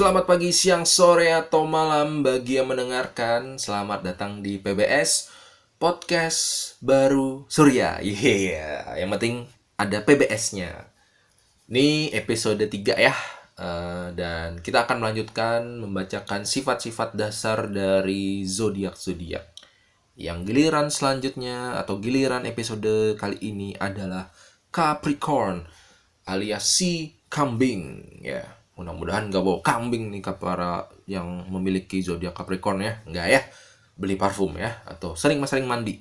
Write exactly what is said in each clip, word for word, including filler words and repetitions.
Selamat pagi, siang, sore, atau malam bagi yang mendengarkan. Selamat datang di P B S Podcast Baru Surya. Iya, yang penting ada P B S-nya. Ini episode tiga ya. Eh, dan kita akan melanjutkan membacakan sifat-sifat dasar dari zodiak-zodiak. Yang giliran selanjutnya atau giliran episode kali ini adalah Capricorn alias si kambing ya. Mudah-mudahan gak bawa kambing nih ke para yang memiliki zodiak Capricorn ya. Enggak ya. Beli parfum ya atau sering-sering mandi.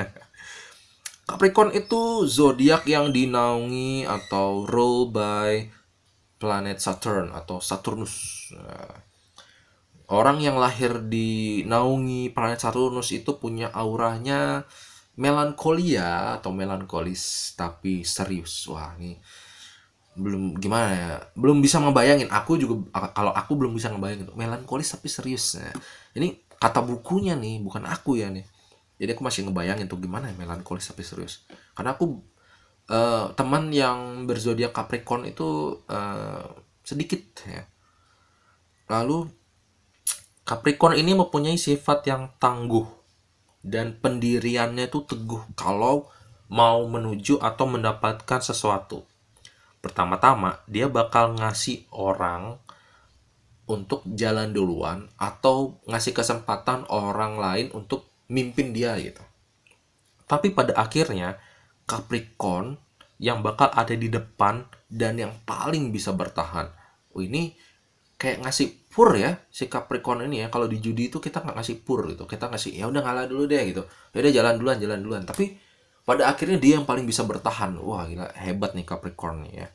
Capricorn itu zodiak yang dinaungi atau ruled by planet Saturn atau Saturnus. Nah, orang yang lahir di naungi planet Saturnus itu punya auranya melankolia atau melankolis tapi serius. Wah, ini belum gimana ya, belum bisa ngebayangin. Aku juga kalau aku belum bisa ngebayangin melankolis tapi serius. Nah, ini kata bukunya nih, bukan aku ya nih. Jadi aku masih ngebayangin tuh gimana ya melankolis tapi serius. Karena aku eh, teman yang berzodiak Capricorn itu eh, sedikit ya. Lalu Capricorn ini mempunyai sifat yang tangguh dan pendiriannya itu teguh kalau mau menuju atau mendapatkan sesuatu. Pertama-tama dia bakal ngasih orang untuk jalan duluan atau ngasih kesempatan orang lain untuk mimpin dia gitu. Tapi pada akhirnya Capricorn yang bakal ada di depan dan yang paling bisa bertahan. Oh, ini kayak ngasih pur ya si Capricorn ini ya. Kalau di judi itu kita nggak ngasih pur gitu, kita ngasih ya udah ngalah dulu deh gitu, ya udah jalan duluan jalan duluan. Tapi pada akhirnya dia yang paling bisa bertahan. Wah gila, hebat nih Capricorn nih ya.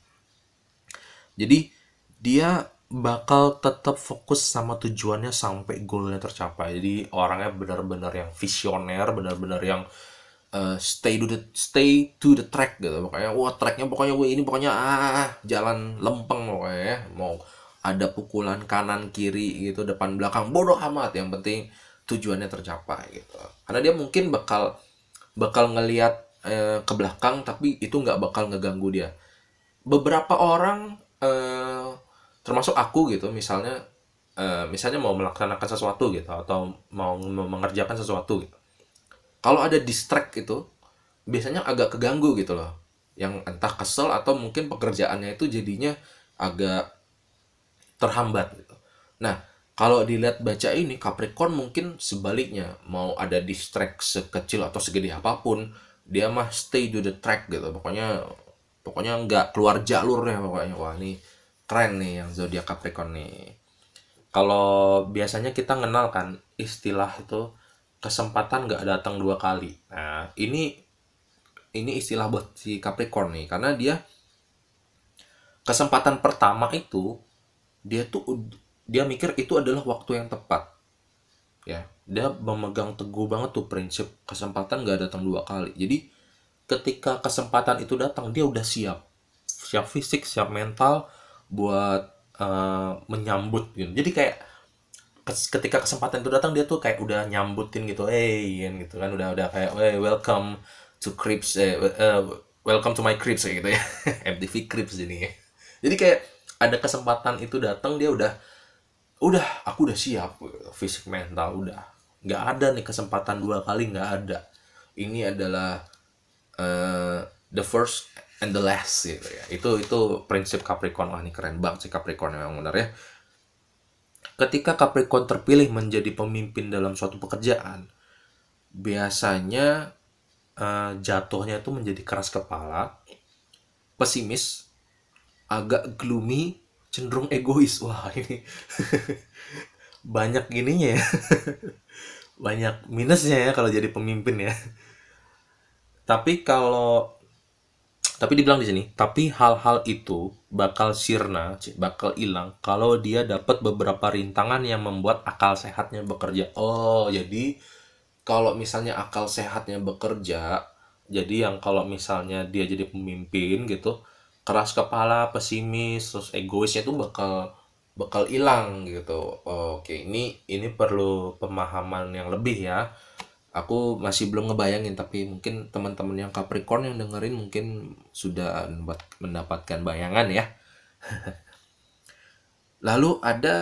Jadi dia bakal tetap fokus sama tujuannya sampai goalnya tercapai. Jadi orangnya benar-benar yang visioner, benar-benar yang uh, stay to the stay to the track gitu. Pokoknya wah tracknya pokoknya wah ini pokoknya ah jalan lempeng pokoknya ya. Mau ada pukulan kanan kiri gitu depan belakang bodoh amat, yang penting tujuannya tercapai gitu. Karena dia mungkin bakal bakal ngelihat eh, ke belakang tapi itu nggak bakal ngeganggu dia. Beberapa orang eh, termasuk aku gitu, misalnya eh, misalnya mau melaksanakan sesuatu gitu atau mau mengerjakan sesuatu gitu, kalau ada distract itu biasanya agak keganggu gitu loh, yang entah kesel atau mungkin pekerjaannya itu jadinya agak terhambat gitu. Nah, kalau dilihat baca ini Capricorn mungkin sebaliknya, mau ada distract sekecil atau segede apapun dia mah stay to the track gitu. Pokoknya pokoknya nggak keluar jalur ya pokoknya. Wah ini keren nih yang zodiak Capricorn nih. Kalau biasanya kita kenal kan istilah itu kesempatan nggak datang dua kali. Nah ini ini istilah buat si Capricorn nih, karena dia kesempatan pertama itu dia tuh dia mikir itu adalah waktu yang tepat ya. Dia memegang teguh banget tuh prinsip kesempatan nggak datang dua kali. Jadi ketika kesempatan itu datang dia udah siap, siap fisik, siap mental buat uh, menyambut gitu. Jadi kayak ketika kesempatan itu datang dia tuh kayak udah nyambutin gitu, hey gitu kan, udah udah kayak hey, welcome to Cribs, eh, uh, welcome to my Cribs kayak gitu ya. M T V Cribs ini ya. Jadi kayak ada kesempatan itu datang dia udah udah aku udah siap fisik mental udah nggak ada nih kesempatan dua kali, nggak ada. Ini adalah uh, the first and the last gitu ya. Itu itu prinsip Capricorn. Wah ini keren banget sih Capricorn, memang benar ya. Ketika Capricorn terpilih menjadi pemimpin dalam suatu pekerjaan, biasanya uh, jatuhnya itu menjadi keras kepala, pesimis, agak gloomy, cenderung egois. Wah ini banyak gininya ya. Banyak minusnya ya kalau jadi pemimpin ya. Tapi kalau tapi dibilang di sini, tapi hal-hal itu bakal sirna, bakal hilang kalau dia dapat beberapa rintangan yang membuat akal sehatnya bekerja. Oh, jadi kalau misalnya akal sehatnya bekerja, jadi yang kalau misalnya dia jadi pemimpin gitu, keras kepala, pesimis, terus egoisnya tuh bakal bakal hilang gitu. Oke, ini ini perlu pemahaman yang lebih ya. Aku masih belum ngebayangin, tapi mungkin teman-teman yang Capricorn yang dengerin mungkin sudah mendapatkan bayangan ya. Lalu ada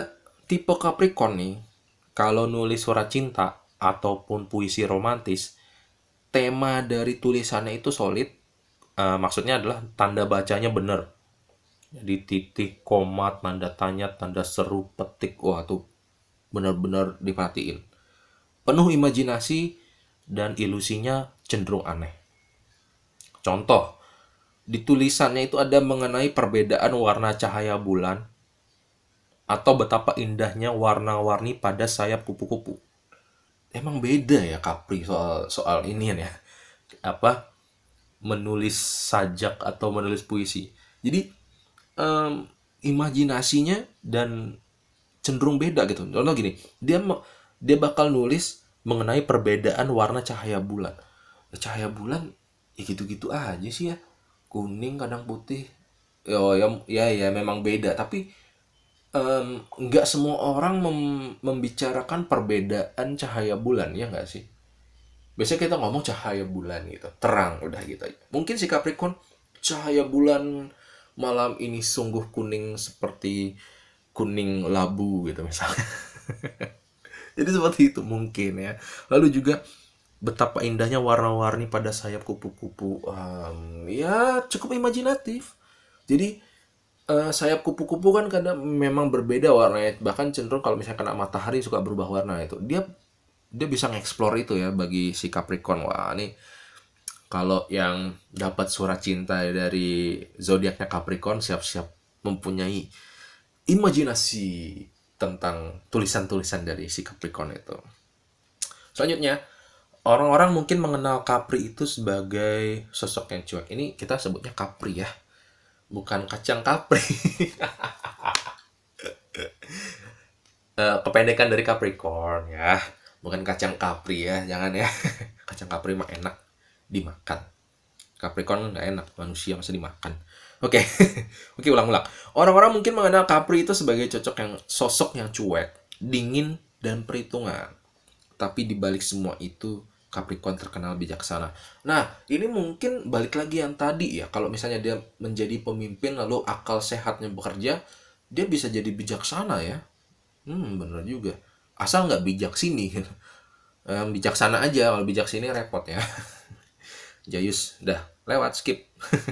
Tipe Capricorn nih, kalau nulis surat cinta ataupun puisi romantis, tema dari tulisannya itu solid. Eh, maksudnya adalah tanda bacanya bener. Jadi titik, koma, tanda tanya, tanda seru, petik, wah tuh benar-benar diperhatiin. Penuh imajinasi dan ilusinya cenderung aneh. Contoh, di tulisannya itu ada mengenai perbedaan warna cahaya bulan atau betapa indahnya warna-warni pada sayap kupu-kupu. Emang beda ya Capri soal soal ini ya. Apa menulis sajak atau menulis puisi. Jadi em, imajinasinya dan cenderung beda gitu. Contoh gini, dia dia bakal nulis mengenai perbedaan warna cahaya bulan. Cahaya bulan ya gitu-gitu aja sih ya. Kuning kadang putih. Oh ya ya ya memang beda, tapi em, nggak semua orang mem- membicarakan perbedaan cahaya bulan ya nggak sih? Biasanya kita ngomong cahaya bulan gitu, terang udah gitu aja. Mungkin si Capricorn cahaya bulan malam ini sungguh kuning seperti kuning labu gitu misalnya. Jadi seperti itu mungkin ya. Lalu juga betapa indahnya warna-warni pada sayap kupu-kupu. Um, ya cukup imajinatif. Jadi eh, sayap kupu-kupu kan kadang memang berbeda warnanya. Bahkan cenderung kalau misalnya kena matahari suka berubah warna itu. Dia dia bisa ngeksplor itu ya bagi si Capricorn. Wah, ini kalau yang dapat surat cinta dari zodiaknya Capricorn siap-siap mempunyai imajinasi tentang tulisan-tulisan dari si Capricorn itu. Selanjutnya, orang-orang mungkin mengenal Capri itu sebagai sosok yang cuek. Ini kita sebutnya Capri ya, bukan kacang Capri. Eh, kependekan dari Capricorn ya, bukan kacang Capri ya, jangan ya. Kacang Capri mah enak dimakan. Capricorn nggak enak, manusia masa dimakan. Oke, oke ulang-ulang. Orang-orang mungkin mengenal Capri itu sebagai cocok yang sosok yang cuek, dingin dan perhitungan. Tapi di balik semua itu, Capricorn terkenal bijaksana. Nah, ini mungkin balik lagi yang tadi ya. Kalau misalnya dia menjadi pemimpin lalu akal sehatnya bekerja, dia bisa jadi bijaksana ya. Hmm, bener juga. Asal nggak bijak sini. Em, bijaksana aja, kalau bijak sini repot ya. Jayus, dah lewat skip.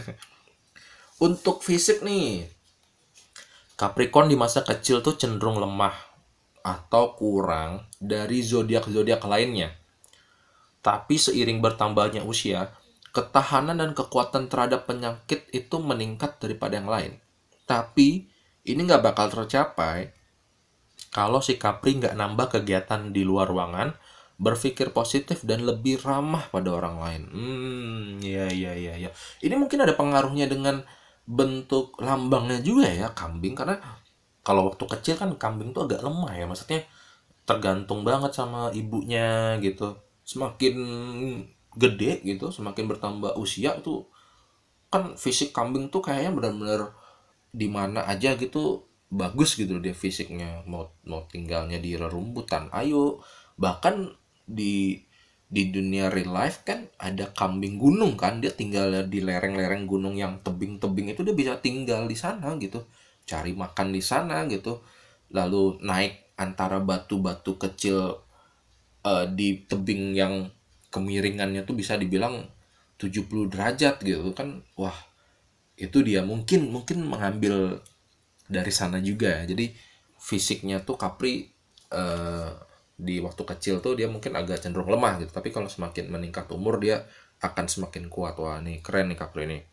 Untuk fisik nih, Capricorn di masa kecil tuh cenderung lemah atau kurang dari zodiak-zodiak lainnya. Tapi seiring bertambahnya usia, ketahanan dan kekuatan terhadap penyakit itu meningkat daripada yang lain. Tapi ini nggak bakal tercapai kalau si Capri nggak nambah kegiatan di luar ruangan, berpikir positif dan lebih ramah pada orang lain. Hmm, iya iya iya iya. Ini mungkin ada pengaruhnya dengan bentuk lambangnya juga ya kambing, karena kalau waktu kecil kan kambing tuh agak lemah ya, maksudnya tergantung banget sama ibunya gitu. Semakin gede gitu, semakin bertambah usia tuh kan fisik kambing tuh kayaknya benar-benar di mana aja gitu bagus gitu dia fisiknya, mau mau tinggalnya di rerumputan ayo, bahkan di di dunia real life kan ada kambing gunung kan, dia tinggal di lereng-lereng gunung yang tebing-tebing itu dia bisa tinggal di sana gitu, cari makan di sana gitu, lalu naik antara batu-batu kecil eh, di tebing yang kemiringannya tuh bisa dibilang tujuh puluh derajat gitu kan. Wah, itu dia mungkin mungkin mengambil dari sana juga. Jadi fisiknya tuh Capri eh, di waktu kecil tuh dia mungkin agak cenderung lemah gitu, tapi kalau semakin meningkat umur dia akan semakin kuat. Wah, nih keren nih Capri nih.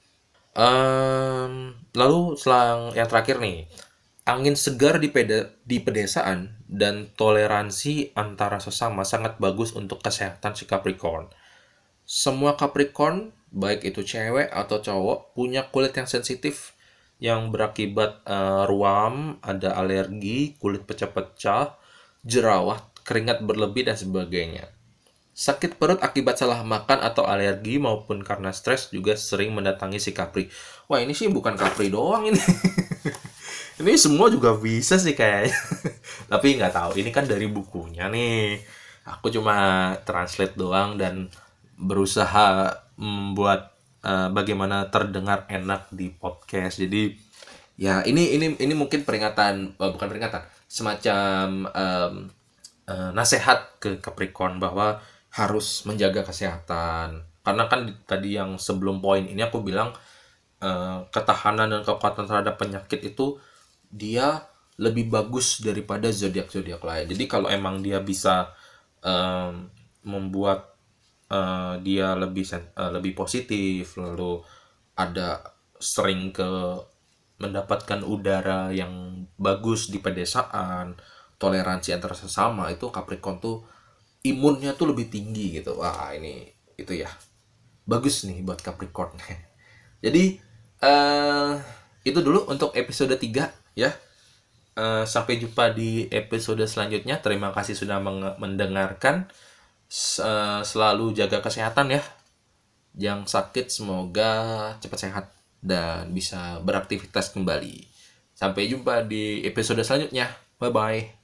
Em, lalu selang yang terakhir nih, angin segar di, peda, di pedesaan dan toleransi antara sesama sangat bagus untuk kesehatan si Capricorn. Semua Capricorn, baik itu cewek atau cowok, punya kulit yang sensitif yang berakibat eh, ruam, ada alergi, kulit pecah-pecah, jerawat, keringat berlebih dan sebagainya. Sakit perut akibat salah makan atau alergi maupun karena stres juga sering mendatangi si Capri. Wah, ini sih bukan Capri doang ini. Ini semua juga bisa sih kayaknya. Tapi nggak tahu, ini kan dari bukunya nih. Aku cuma translate doang dan berusaha membuat eh, bagaimana terdengar enak di podcast. Jadi ya ini ini ini mungkin peringatan, eh, bukan peringatan. semacam um, uh, nasihat ke Capricorn bahwa harus menjaga kesehatan. Karena kan tadi yang sebelum poin ini aku bilang uh, ketahanan dan kekuatan terhadap penyakit itu dia lebih bagus daripada zodiak-zodiak lain. Jadi kalau emang dia bisa um, membuat uh, dia lebih uh, lebih positif, lalu ada sering ke mendapatkan udara yang bagus di pedesaan, toleransi antar sesama, itu Capricorn tuh imunnya tuh lebih tinggi gitu. Wah, ini itu ya. Bagus nih buat Capricorn. Jadi eh itu dulu untuk episode tiga ya. Eh, sampai jumpa di episode selanjutnya. Terima kasih sudah mendengarkan. Eh, selalu jaga kesehatan ya. Yang sakit semoga cepat sehat dan bisa beraktivitas kembali. Sampai jumpa di episode selanjutnya. Bye bye.